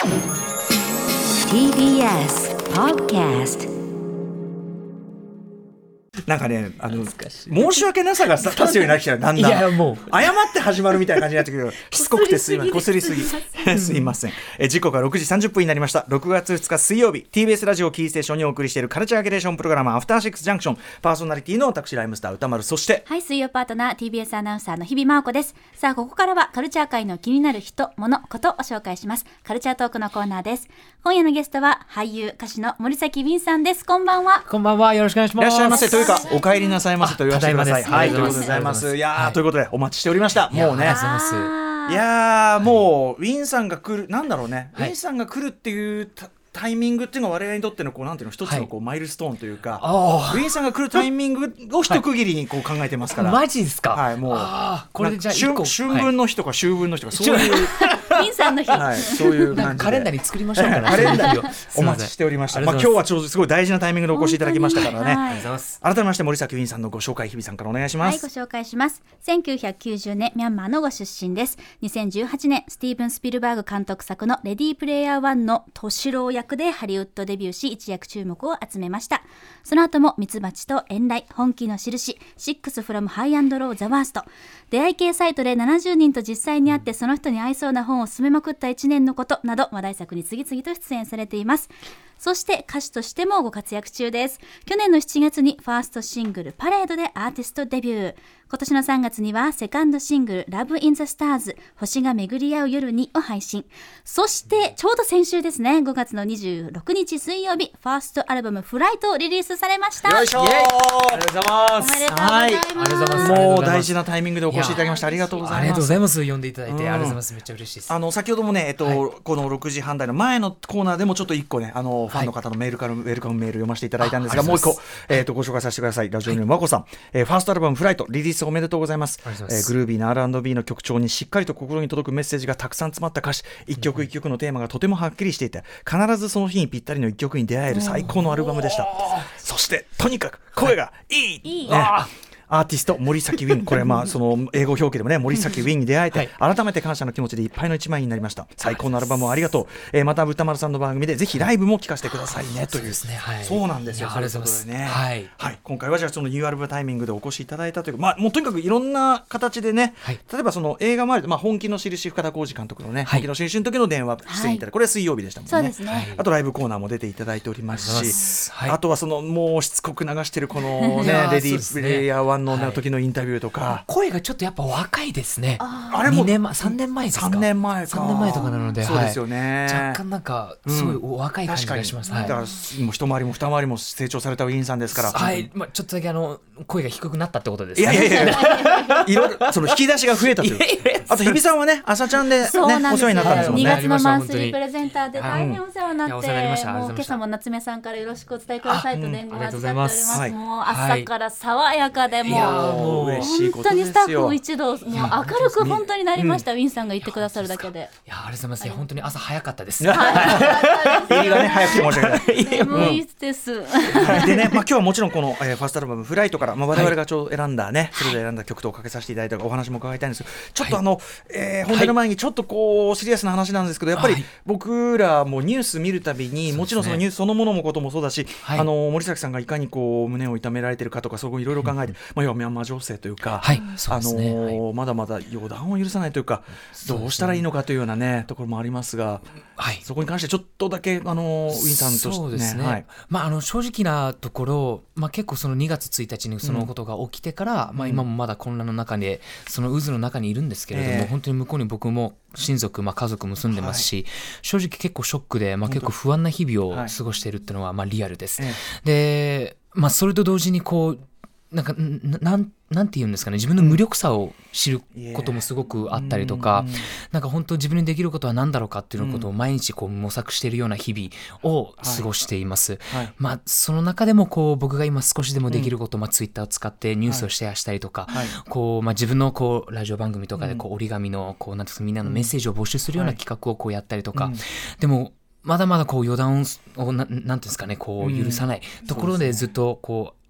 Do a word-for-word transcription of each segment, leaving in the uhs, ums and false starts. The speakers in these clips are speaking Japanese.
ティービーエス Podcast。 なんかね、あの申し訳なさが立つようになってきたら、だんだんいやもう謝って始まるみたいな感じになってくる。しつこくてすいません、こすりすぎすいません。え時刻がろくじさんじゅっぷんになりました。ろくがつふつか水曜日、 ティービーエス ラジオキーステーションにお送りしているカルチャーキュレーションプログラムアフターシックスジャンクション、パーソナリティの私ライムスター歌丸、そしてはい、水曜パートナー ティービーエス アナウンサーの日々真央子です。さあ、ここからはカルチャー界の気になる人、物、ことを紹介します。カルチャートークのコーナーです。今夜のゲストは俳優歌手の森崎ウィンさんです。こんばんは。 こんばんは、よろしくお願いします。 いらっしゃいませ。というかお帰りなさいませと言わせてください。はい、ということでございます。いやー、はい、ということでお待ちしておりました。もうね、 ありがとうございます。 いやー、もうウィンさんが来る、なんだろうね、 はい、 ウィンさんが来るっていうタイミングっていうのは我々にとってのこうなんていうの一つのこう、はい、マイルストーンというか、ウィンさんが来るタイミングを一区切りにこう考えてますから。 はい、マジですか。 はい、もうあこれでじゃあ春, 春分の日とか秋分の日とかそういうウィンさんの日、 はい、そういう感じでカレンダーに作りましょうかね。 カレンダーをお待ちしておりました。まあ、今日はちょうどすごい大事なタイミングでお越しいただきましたからね、はい、改めまして森崎ウィンさんのご紹介、日々さんからお願いします。 はい、ご紹介します。せんきゅうひゃくきゅうじゅうねんミャンマーのご出身です。にせんじゅうはちねんスティーブン・スピルバーグ監督作のレディープレイヤーワンのトシロー役でハリウッドデビューし、一躍注目を集めました。その後もミツバチと遠雷、本気の印、シックスフロムハイアンドローザワースト、出会い系サイトでななじゅうにんと実際に会ってその人に合いそうな本を勧めまくったいちねんのことなど話題作に次々と出演されています。そして歌手としてもご活躍中です。去年のしちがつにファーストシングルパレードでアーティストデビュー。今年のさんがつにはセカンドシングル Love in the Stars 星が巡り合う夜にを配信。そしてちょうど先週ですね、ごがつのにじゅうろくにち水曜日、ファーストアルバムフライトをリリースされました。 よいしょー、 ありがとうございます。 おめでとうございます。はい、ありがとうございます。 もう大事なタイミングでお越しいただきましてありがとうございます。 ありがとうございます。呼んでいただいて、うん、ありがとうございます。めっちゃ嬉しいです。 あの先ほどもね、えっと、はい、このろくじはん台の前のコーナーでもちょっといっこね、あのファンの方のメールから、はい、ウェルカムメール読ませていただいたんですが、もういっこ、えー、とご紹介させてください。ラジオネームまこさん、はい、えー、ファーストアルバムフライトリリースおめでとうございます。えー、グルービーな アールアンドビー の曲調にしっかりと心に届くメッセージがたくさん詰まった歌詞、一曲一曲のテーマがとてもはっきりしていて、必ずその日にぴったりの一曲に出会える最高のアルバムでした。そしてとにかく声がいい、はい、いいね、アーティスト森崎ウィン、これまあその英語表記でもね、森崎ウィンに出会えて、はい、改めて感謝の気持ちでいっぱいの一枚になりました。最高のアルバムをありがとう。えー、また歌丸さんの番組でぜひライブも聴かせてくださいねという。そうですね、はい、そうなんですよ。 ありがとうございます。ね、 はいはい、今回はじゃあそのニューアルバムタイミングでお越しいただいたというか、まあもうとにかくいろんな形でね、はい、例えばその映画周りで、まあ、本気の印、深田浩二監督のね、はい、本気の印の時の電話出演いただいて、これは水曜日でしたもんね。 そうですね。 あとライブコーナーも出ていただいておりますし、はい、あとはそのもうしつこく流してるこのねレディープレイヤーワンの時のインタビューとか、はい、 声がちょっとやっぱ若いですね。 あ, あれもにねんまえさんねんまえですか。 さんねんまえかさんねんまえとかなので、 そうですよね、 はい、若干なんかすごいお若い感じがします。 うん、確かに、はい、だからもう一回りも二回りも成長されたウィンさんですから、 はい、まあ、ちょっとだけあの声が低くなったってことですね。 いやいやいやいろいろその引き出しが増えたというあと日比さんはね、朝ちゃんで、ね、お世話になったんですもんね。 にがつのマンスリープレゼンターで大変お世話になって、 うん、いもう今朝も夏目さんからよろしくお伝えくださいと伝言を預かっております。 うん、 もう朝から爽やかで、もう、 もう嬉しいことですよ。 本当にスタッフも一度もう明るく本当になりました。ウィンさんが言ってくださるだけで。 いや、ありがとうございます。本当に朝早かったです。 入りがね早くて申し訳ない。 眠いです。 はい、でね、まあ今日はもちろんこの、えー、ファーストアルバムフライトから、まあ、我々がちょうど選んだね、はい、それぞれ選んだ曲とかけさせていただいたお話も伺いたいんですけど、ちょっとあの、はい、えー、本題の前にちょっとこうシリアスな話なんですけど、やっぱり僕らもニュース見るたびに、はい、もちろんそのニュースそのものもこともそうだし、はい、あの森崎さんがいかにこう胸を痛められてるかとか、そういろいろ考えて、うん、まあ、要はミャンマー情勢というか、はい、そうですね、あのーはい、まだまだ予断を許さないというか、どうしたらいいのかというようなねところもありますが、はい、そこに関してちょっとだけあのウィンさんとして、ね、 そうですね、はい、まあ、あの正直なところ、まあ、結構そのにがつついたちにそのことが起きてから、うん、まあ、今もまだ混乱の中でその渦の中にいるんですけれども、えー、本当に向こうに僕も親族、まあ、家族も住んでますし、はい、正直結構ショックで、まあ、結構不安な日々を過ごしているっていうのはまあリアルです。えー、で、まあ、それと同時にこうなんかな ん, なんて言うんですかね、自分の無力さを知ることもすごくあったりとか、なんか本当自分にできることは何だろうかっていうことを毎日こう模索しているような日々を過ごしています。はいはい、まあ、その中でもこう僕が今少しでもできること、うん、まあ、ツイッターを使ってニュースをシェアしたりとか、はい、こうまあ、自分のこうラジオ番組とかでこう折り紙のこうなんていうかみんなのメッセージを募集するような企画をこうやったりとか、うん、でもまだまだこう予断をな ん, なんていうんですかね、こう許さないところでずっとこう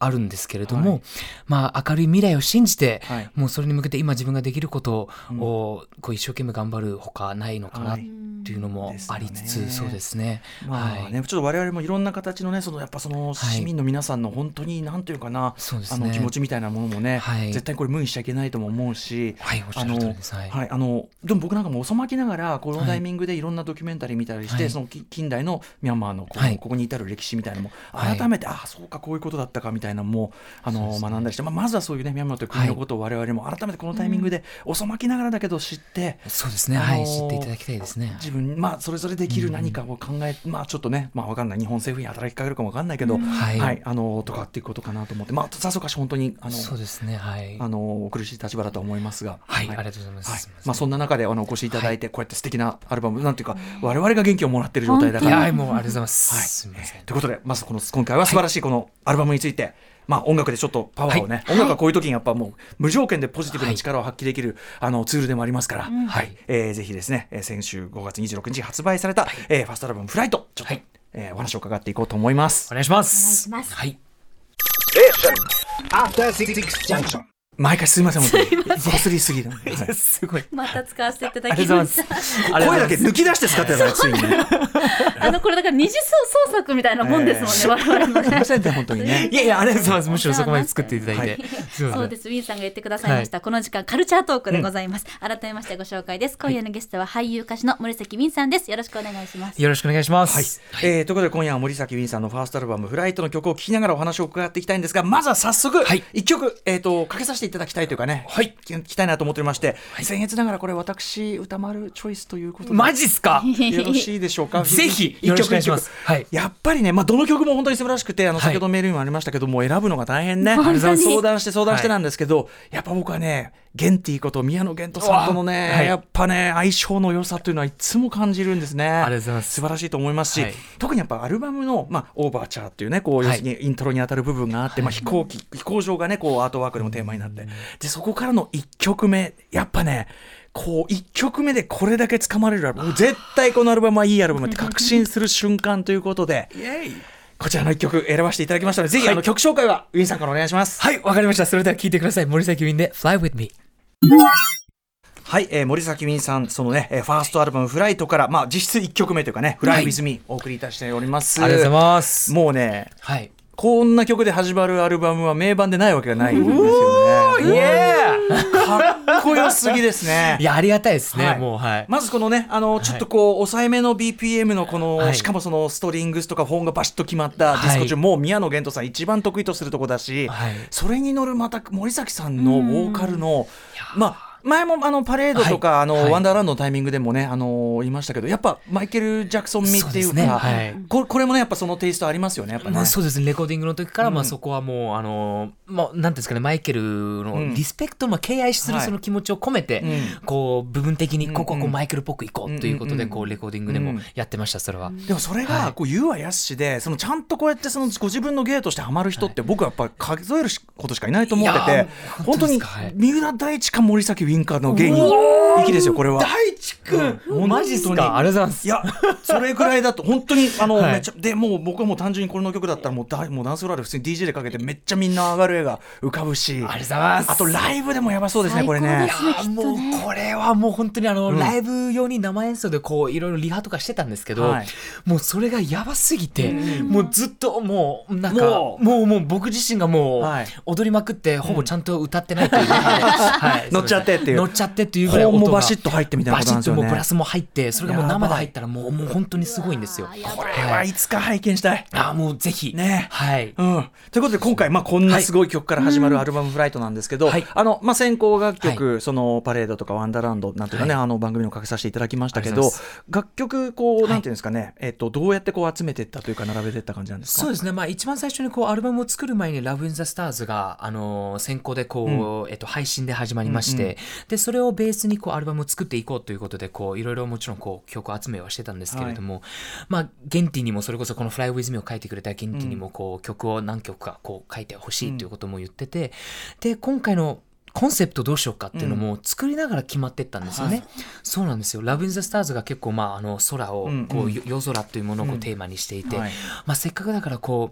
あるんですけれども、 はい、 まあ、明るい未来を信じて、 はい、 もうそれに向けて今自分ができることを、うん、こう一生懸命頑張るほかないのかなっていうのもありつつ、はい、そうですね。 まあね、はい、ちょっと我々もいろんな形のね、そのやっぱその市民の皆さんの本当になんていうかな、はい、あの気持ちみたいなものもね、はい、絶対これ無にしちゃいけないとも思うし、 はい、おっしゃる通りです。はい、 はい、あのでも僕なんかも遅まきながらこのタイミングでいろんなドキュメンタリー見たりして、はい、その近代のミャンマーのこ, の、はい、ここに至る歴史みたいなのも改めて、はい、ああそうかこういうことだったかみたいなのもあの学んだりして、まあ、まずはそういうねミャンマーという国のことを我々も改めてこのタイミングで遅まきながらだけど知って、 うん、そうですね、はい、知っていただきたいですね。 自分、まあ、それぞれできる何かを考え、うん、まあちょっとね、まあ、分かんない日本政府に働きかけるかも分かんないけど、うん、はいはい、あのとかっていうことかなと思って、まあさぞかし本当にあのそうですね、はい、 あの苦しい立場だと思いますが、 はい、はい、ありがとうございます。 はい、まあ、そんな中であのお越しいただいて、はい、こうやって素敵なアルバムなんていうか、うん、我々が元気をもらっている状態だから、 いやもうありがとうございます。はい、すみません。 ということでまずこの今回は素晴らしいこのアルバムについて、はい、まあ、音楽でちょっとパワーをね、はい、音楽はこういう時にやっぱもう無条件でポジティブな力を発揮できる、はい、あのツールでもありますから、うんはい、えー、ぜひですね、先週ごがつにじゅうろくにち発売された、はい、えー、ファーストアルバムフライトちょっと、はい、えー、お話を伺っていこうと思います。 お願いします。 お願いします。 はい。 毎回すみません、本当にこすりすぎる、 はい、すごいまた使わせていただきました。 声だけ抜き出して使ってたらついにねあのこれだから二次創作みたいなもんですもんね、えー、我々もね。 すみませんね本当にね。 いやいやありがとうございます。むしろそこまで作っていただいて、はい、 そうです。ウィンさんが言ってくださいました、はい、この時間カルチャートークでございます、うん、改めましてご紹介です。今夜のゲストは俳優歌手の森崎ウィンさんです。よろしくお願いします。 よろしくお願いします、 はい、えー、ということで今夜は森崎ウィンさんのファーストアルバムフライトの曲を聴きながらお話を伺っていきたいんですが、まずは早速いっきょく、えー、とかけさせていただきたいというかね、はい、聞きたいなと思っておりまして、はい、僭越ながらこれ私歌丸チョイスということでマジっすかよろしいでしょうかぜひよろしくお願いします。はい、 やっぱりね、まあ、どの曲も本当に素晴らしくて、あの先ほどメールにもありましたけども、はい、選ぶのが大変ね、相談して相談してなんですけど、はい、やっぱ僕はねゲンティこと宮野源斗さんとのね、はい、やっぱね相性の良さというのはいつも感じるんですね。 ありがとうございます。 素晴らしいと思いますし、はい、特にやっぱアルバムの、まあ、オーバーチャーっていうねこう、 はい、 要するにイントロに当たる部分があって、はい、まあ、飛行機飛行場がねこうアートワークでもテーマになって、でそこからのいっきょくめやっぱねこういっきょくめでこれだけ掴まれるアルバム、絶対このアルバムはいいアルバムって確信する瞬間ということでイエイこちらのいっきょく選ばせていただきましたので、ぜひ、はい、あの曲紹介はウィンさんからお願いします。 はい、わかりました。それでは聴いてください。森崎ウィンで Fly With Me。 はい、えー、森崎ウィンさんそのね、えー、ファーストアルバムフライトから、まあ、実質いっきょくめというかね、Fly With Me お送りいたしております。 ありがとうございます。 もうね、 はい、 こんな曲で始まるアルバムは名盤でないわけがないんですよね。 イエーかっこよすぎですね。 いやありがたいですね、 はい、 もう、はい、 まずこのねあのちょっとこう、はい、抑えめの ビーピーエム のこの、はい、しかもそのストリングスとかフォンがバシッと決まったディスコ中、はい、もう宮野源斗さん一番得意とするとこだし、はい、それに乗るまた森崎さんのボーカルのまあ前もあのパレードとか、はい、あの、はい、ワンダーランドのタイミングでもね、あのー、言いましたけど、やっぱマイケル・ジャクソン味っていうか、ね、はい、こ, これもねやっぱそのテイストありますよね、やっぱね。 まあ、そうですね。レコーディングの時から、うん、まあ、そこはもうあのー、まあ、なんていうんですかね、マイケルのリスペクト、うん、まあ、敬愛するその気持ちを込めて、はい、こう部分的にここはこうマイケルっぽくいこうということで、こうレコーディングでもやってました。それは、うん、 でもそれがこう言うはやすしで、そのちゃんとこうやってそのご自分の芸としてハマる人って、僕はやっぱ数えることしかいないと思ってて、本当に三浦大知か森崎ウィンかの芸に息ですよこれは。 大地君、うん、マジっすか。ありがとうございます。 いやそれくらいだと本当にあの、はい、めちゃでもう僕はもう単純にこの曲だったらもうだもうダンスフロアで普通に ディージェー でかけてめっちゃみんな上がる絵が浮かぶし、 ありがとうございます。 あとライブでもやばそうですねこれね。 いやもうこれはもう本当にあの、うん、ライブ用に生演奏でこういろいろリハとかしてたんですけど、はい、もうそれがやばすぎて、うん、もうずっともうなんかもうもうもう僕自身がもう、はい、踊りまくってほぼちゃんと歌ってないという、うん、はい、 乗っちゃってっていう乗っちゃってっていうぐらい音がもうバシッと入ってみたいなことなんですよね。 バシッともうブラスも入ってそれがもう生で入ったらもうもう本当にすごいんですよ。 これはいつか拝見したい。 あもうぜひね、 はい、 うん、ということで今回まあこんなすごい曲から始まるアルバムフライトなんですけど、はい、あのまあ先行楽曲、はい、そのパレードとかワンダーランドなんていうかね、はい、あの番組をかけさせていただきましたけど、楽曲こう、はい、なんていうんですかね、えっとどうやってこう集めていったというか並べていった感じなんですか。 そうですね、まあ一番最初にこうアルバムを作る前に Love in the Stars があの先行でこう、うん、えっと配信で始まりまして、うんうん、でそれをベースにこうアルバムを作っていこうということでこういろいろもちろんこう曲集めはしてたんですけれども、はい、まあゲンティにもそれこそこの Fly With Me を書いてくれたゲンティにもこう、うん、曲を何曲かこう書いてほしいということも言ってて、うん、で今回のコンセプトどうしようかっていうのも作りながら決まっていったんですよね、うん、そうなんですよ。 Love in the Stars が結構まああの空をこう、うんうん、夜空というものをこうテーマにしていて、うんはい、まあ、せっかくだからこう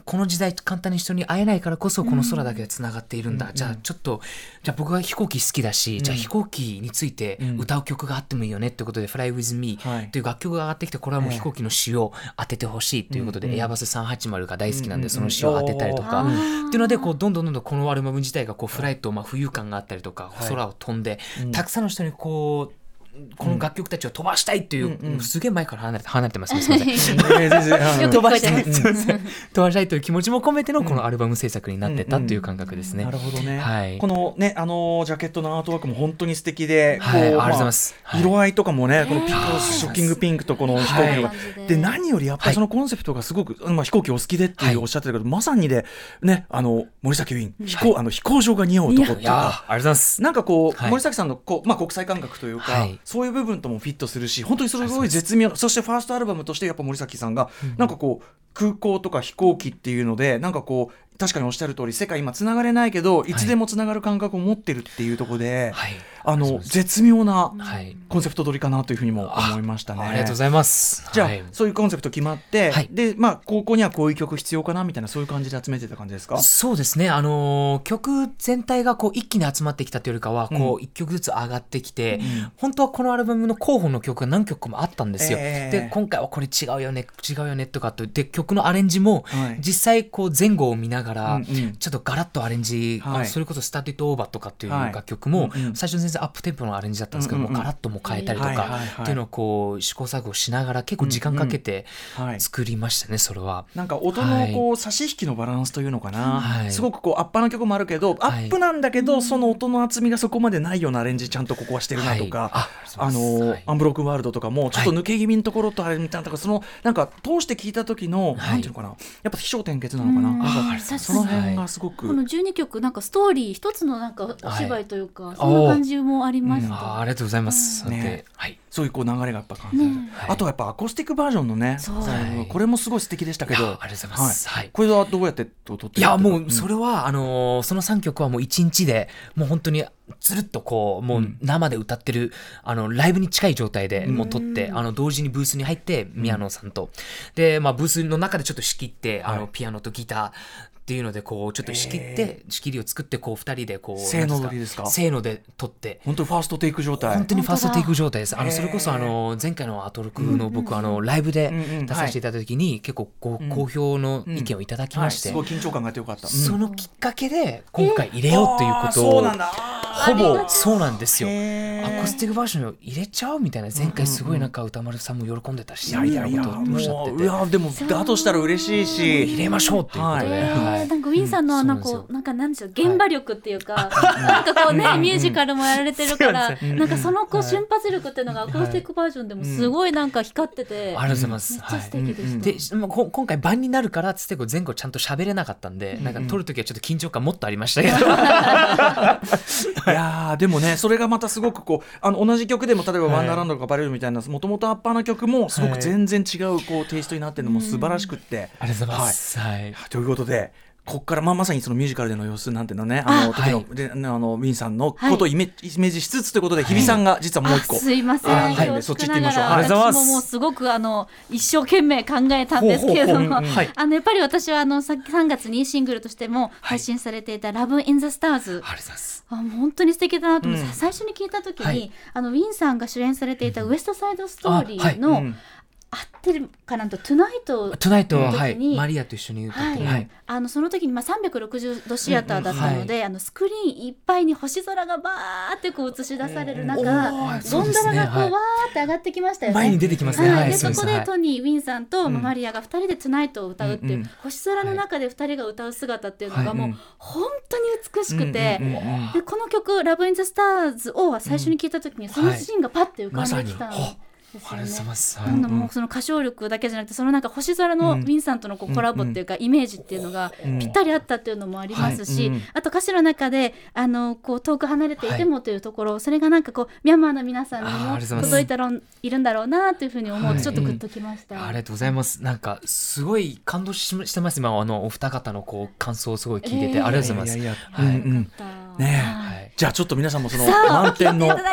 この時代簡単に人に会えないからこそこの空だけでつながっているんだ、うん、じゃあちょっとじゃあ僕は飛行機好きだし、うん、じゃあ飛行機について歌う曲があってもいいよねってことで、うん、Fly with Me という楽曲が上がってきて、これはもう飛行機の詩を当ててほしいということで、うん、エアバスさんはちまるが大好きなんで、うん、その詩を当てたりとか、うん、っていうのでこうどんどんどんどんこのアルバム自体がこうフライト、まあ、浮遊感があったりとか、空を飛んで、はい、たくさんの人にこうこの楽曲たちを飛ばしたいっていう、うんうん、すげえ前から離れて離れてますね、すみません飛ばしたい飛ばしたいという気持ちも込めてのこのアルバム制作になってたという感覚ですね、 うんうん、なるほどね、はい、このねあのジャケットのアートワークも本当に素敵で、 はい、ありがとうございます、 まあ、色合いとかもね、このピコショッキングピンクとこの飛行機が、はい、で何よりやっぱりそのコンセプトがすごく、はい、まあ、飛行機お好きでっていうおっしゃってたけど、はい、まさにでね、あの森崎ウィン、飛行、はい、あの飛行場が似合う男っていうか、 ありがとうございます、 なんかこう、はい、森崎さんのこう、まあ、国際感覚というか、はい、そういう部分ともフィットするし、本当にそれすごい絶妙、そしてファーストアルバムとしてやっぱ森崎さんが、うん、なんかこう空港とか飛行機っていうので、なんかこう確かにおっしゃる通り世界今つながれないけどいつでもつながる感覚を持ってるっていうところで、はい、あの絶妙なコンセプト取りかなというふうにも思いましたね。 あ, ありがとうございます。 じゃあ、 はい、 そういうコンセプト決まって、はい、でまあ高校にはこういう曲必要かなみたいな、そういう感じで集めてた感じですか？ そうですね、あのー、曲全体がこう一気に集まってきたというよりかは、こう一曲ずつ上がってきて、うん、本当はこのアルバムの候補の曲が何曲もあったんですよ、えー、で今回はこれ違うよね違うよねとかとで曲のアレンジも実際こう前後を見ながら、うんうん、ちょっとガラッとアレンジ、はい、それこそスタートイットオーバーとかっていう楽曲も、はい、最初全然アップテンポのアレンジだったんですけども、うんうん、ガラッとも変えたりとかっていうのをこう試行錯誤しながら結構時間かけて作りましたね。それはなんか音のこう差し引きのバランスというのかな、はい、すごくこうアッパーな曲もあるけど、アップなんだけど、はい、その音の厚みがそこまでないようなアレンジちゃんとここはしてるなとか、はい、あ, あの、はい、アンブロークンワールドとかもちょっと抜け気味のところとあれみたいなとか、そのなんか通して聞いた時の、はい、なんていうのかな、やっぱ起承転結なのかな、なんかその辺がすごく、 このじゅうにきょくなんかストーリー一つのなんかお芝居というか、はい、そんな感じもありました、うん、 あ, ありがとうございます、うん、ね、はい、 そういうこう流れがやっぱ感じる、ね、あとはやっぱアコースティックバージョンのね、はい、これもすごい素敵でしたけど、 ありがとうございます、はいはい、 これはどうやって撮ってるんですか？ いやもうそれは、うん、あのー、そのさんきょくはもういちにちでもう本当につるっとこうもう生で歌ってる、うん、あのライブに近い状態でもう撮って、うん、あの同時にブースに入って宮野さんと、うん、で、まあ、ブースの中でちょっと仕切って、はい、あのピアノとギターっていうのでこうちょっと仕切って仕切りを作ってこうふたりでこうせーの撮りですか？ せーので撮って本当にファーストテイク状態、 本当にファーストテイク状態です。あのそれこそあの前回のアトロクの僕あのライブで出させていただいた時に結構こう好評の意見をいただきまして、 すごい緊張感があってよかった。 そのきっかけで今回入れようということをほぼそうなんですよ。アコースティックバージョンを入れちゃうみたいな、前回すごいなんか歌丸さんも喜んでたし、 いやいやいやもういやでもだとしたら嬉しいし入れましょうっていうことで、 なんかウィンさんのなんかなんかなんでしょう、現場力っていうか、なんかこうねミュージカルもやられてるから、なんかそのこう瞬発力っていうのがアコースティックバージョンでもすごいなんか光ってて、 ありがとうございます。 めっちゃ素敵でした。 で今回晩になるからつって前後ちゃんと喋れなかったんで、なんか撮るときはちょっと緊張感もっとありましたけど、 いやでもねそれがまたすごくこうあの同じ曲でも例えばワンダーランドとかバレルみたいなもともとアッパーな曲もすごく全然違うこうテイストになってるのも素晴らしくって、 ありがとうございます、はい、 ということでここから、まあ、まさにそのミュージカルでの様子なんていうのね、あの時の、はい、であのウィンさんのことをイメ,、はい、イメージしつつということで、日比さんが実はもう一個、 すいません、 はい、そっち行ってみましょう。 ありがとうございます。私ももうすごくあの一生懸命考えたんですけれども、あのやっぱり私はあのさんがつにシングルとしても配信されていた、はい、Love in the Stars、あもう本当に素敵だなと思って、うん、最初に聞いた時に、はい、あのウィンさんが主演されていたウエストサイドストーリーの、合ってるかなとトゥナイトトゥナイトは、はい、マリアと一緒に歌って、はい、 あのその時にまあさんびゃくろくじゅうどシアターだったので、うんうんはい、あのスクリーンいっぱいに星空がバーってこう映し出される中、ゴンドラがこう、ね、わーって上がってきましたよね。 前に出てきますね、 はいはい、 でそこでトニー、ウィンさんとマリアがふたりでトゥナイトを歌うっていう、うんうん、星空の中でふたりが歌う姿っていうのがもう本当に美しくて、でこの曲Love in the Starsを最初に聞いた時にそのシーンがパッて浮かんできたんですよね。 ありがとうございます。 なんだもうその歌唱力だけじゃなくて、そのなんか星空のウィンさんとのこうコラボっていうか、イメージっていうのがぴったりあったっていうのもありますし、あと歌詞の中であのこう遠く離れていてもというところ、それがなんかこうミャンマーの皆さんにも届いたらいるんだろうなというふうに思うとちょっとグッときました。 ありがとうございます。なんかすごい感動 し, してます今あのお二方のこう感想をすごい聞いてて、えー、ありがとうございます。じゃあちょっと皆さんもその満点の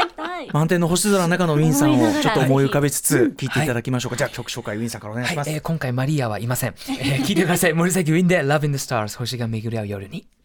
満天の星空の中のウィンさん思いながらをちょっと思い浮かべつつ聞いていただきましょうか、 はい、 じゃあ曲紹介ウィンさんからお願いします、 はい、えー、今回マリアはいません、えー、聞いてください。森崎ウィンで Love in the Stars 星が巡り合う夜に。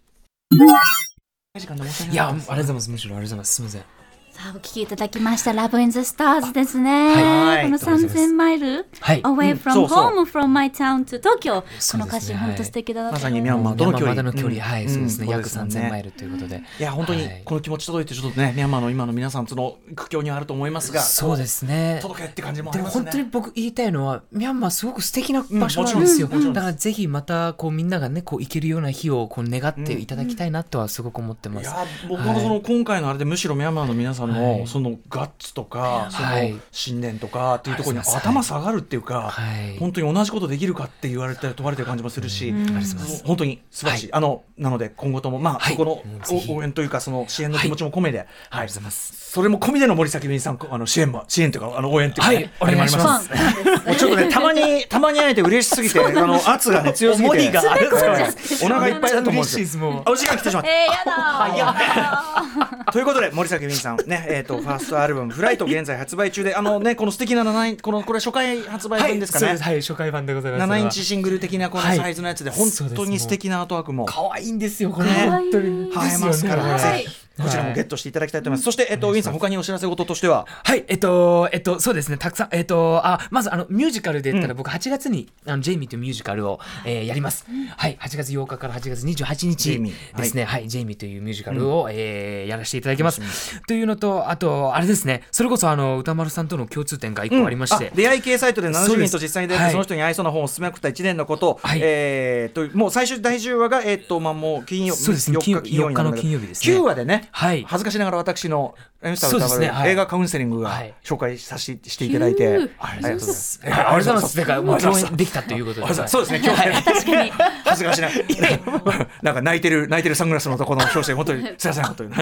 いや、ありがとうございます。むしろありがとうございます。すみません。 さあお聞きいただきました Love in the Stars ですね、 はい、 このさんぜんマイル、 はい、 Away うん from そうそう home from my town to Tokyo、この歌詞、 そうですね、 本当素敵だなとまさ思います。 にミャンマーとの距離、 ミャンマーまでの距離、はい、そうですね、 うん約さんぜんそうですねマイルということで、 いや本当にこの気持ち届いてちょっとね、ミャンマーの今の皆さんその苦境にあると思いますが、 そうですね、 届けって感じもあでもりますね。 本当に僕言いたいのはミャンマーすごく素敵な場所なんですよ、 うんもちろんだからぜひまたこうみんながねこう行けるような日をこう願っていただきたいなとはすごく思ってます、 いや僕もその今回のあれでむしろミャンマーの皆さんはいのそのガッツとかそはいの信念とかっていうところにはい頭下がるっていうか、 はい本当に同じことできるかって言われて問われてる感じもするし、 うんありがとうございます本当に素晴らしい、 はあのなので今後ともまあはいそこのもうぜひお応援というかその支援の気持ちも込めて、はいありがとうございます。 それも込みでの森崎ウィンさんあの支援も支援というかあの応援というか、ね、 はいお願いしますありますもうちょっとねたまにたまに会えて嬉しすぎてあの圧がね強すぎて思いがあるお腹いっぱいだと思うんですよ。 嬉しいですもうあお時間来てしまった。 えー、やだーということで森崎ウィンさんね、えー、とファーストアルバム「フライト」現在発売中であのねこの素敵なななインチこのこれ初回発売分ですかね、 はい、そうですはい、初回版でございます。 ななインチシングル的なこのはいサイズのやつで本当に素敵なアートワークも可愛いんですよこれ、 ね本当に映えますから、 ですよねぜひこちらもゲットしていただきたいと思います、そして、えっと、ウィンさん他にお知らせ事としてははい、えっと、えっと、そうですね、たくさん、えっと、あ、まず、あの、ミュージカルで言ったら、僕、はちがつに、あの、ジェイミーというミュージカルを、えーやります。はい、はちがつようかからはちがつにじゅうはちにちジェイミーですね、はい、ジェイミーというミュージカルを、えーやらせていただきます。というのと、あと、あれですね、それこそ、あの、歌丸さんとの共通点が一個ありまして、 あ出会い系サイトでななじゅうにんと実際に出会ってはいその人に合いそうな本を勧めまくったいちねんのことを、 はいえーともう最終だいじゅうわが、えーとまあ、もう金曜そうですねよっか金曜になるんだけどよっかの金曜日ですねきゅうわでね、 はい恥ずかしながら私の「エムスターそう歌丸ですねはい映画カウンセリング」がはい紹介させてしていただいて、ありがとうございます。 ありがとうございます。だから、もう共ありがとうございます演できたということで。 そうですね、今日ね、 確かに恥ずかしな、なんか泣いてる、泣いてるサングラスの男の表紙、本当にすいません、本当に。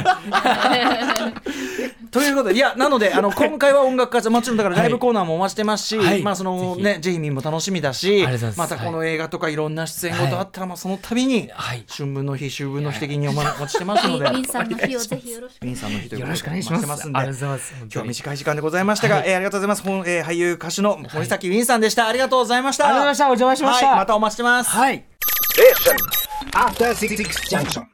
ということで、いや、なので、あの、今回は音楽家、もちろんだからライブコーナーもお待ちしてますし、 はいまあ、そのぜね、ジェイミーも楽しみだしありがとうござい、ますまたこの映画とかいろんな出演事あったら、まあ、その度に、 はい春分の日、秋分の日的にお待ちしてますので、ウウィンさんの日をぜひよろしくィンさんの日ということでよろしくお願いします。 お待ちしてますんでありがとうございます。 今日は短い時間でございましたが、 はいえーありがとうございます。本、えー俳優歌手の森崎ウィンさんでした。ありがとうございました。 ありがとうございました。お邪魔しました。 はい、またお待ちしてます。 はい。 After Six Junction.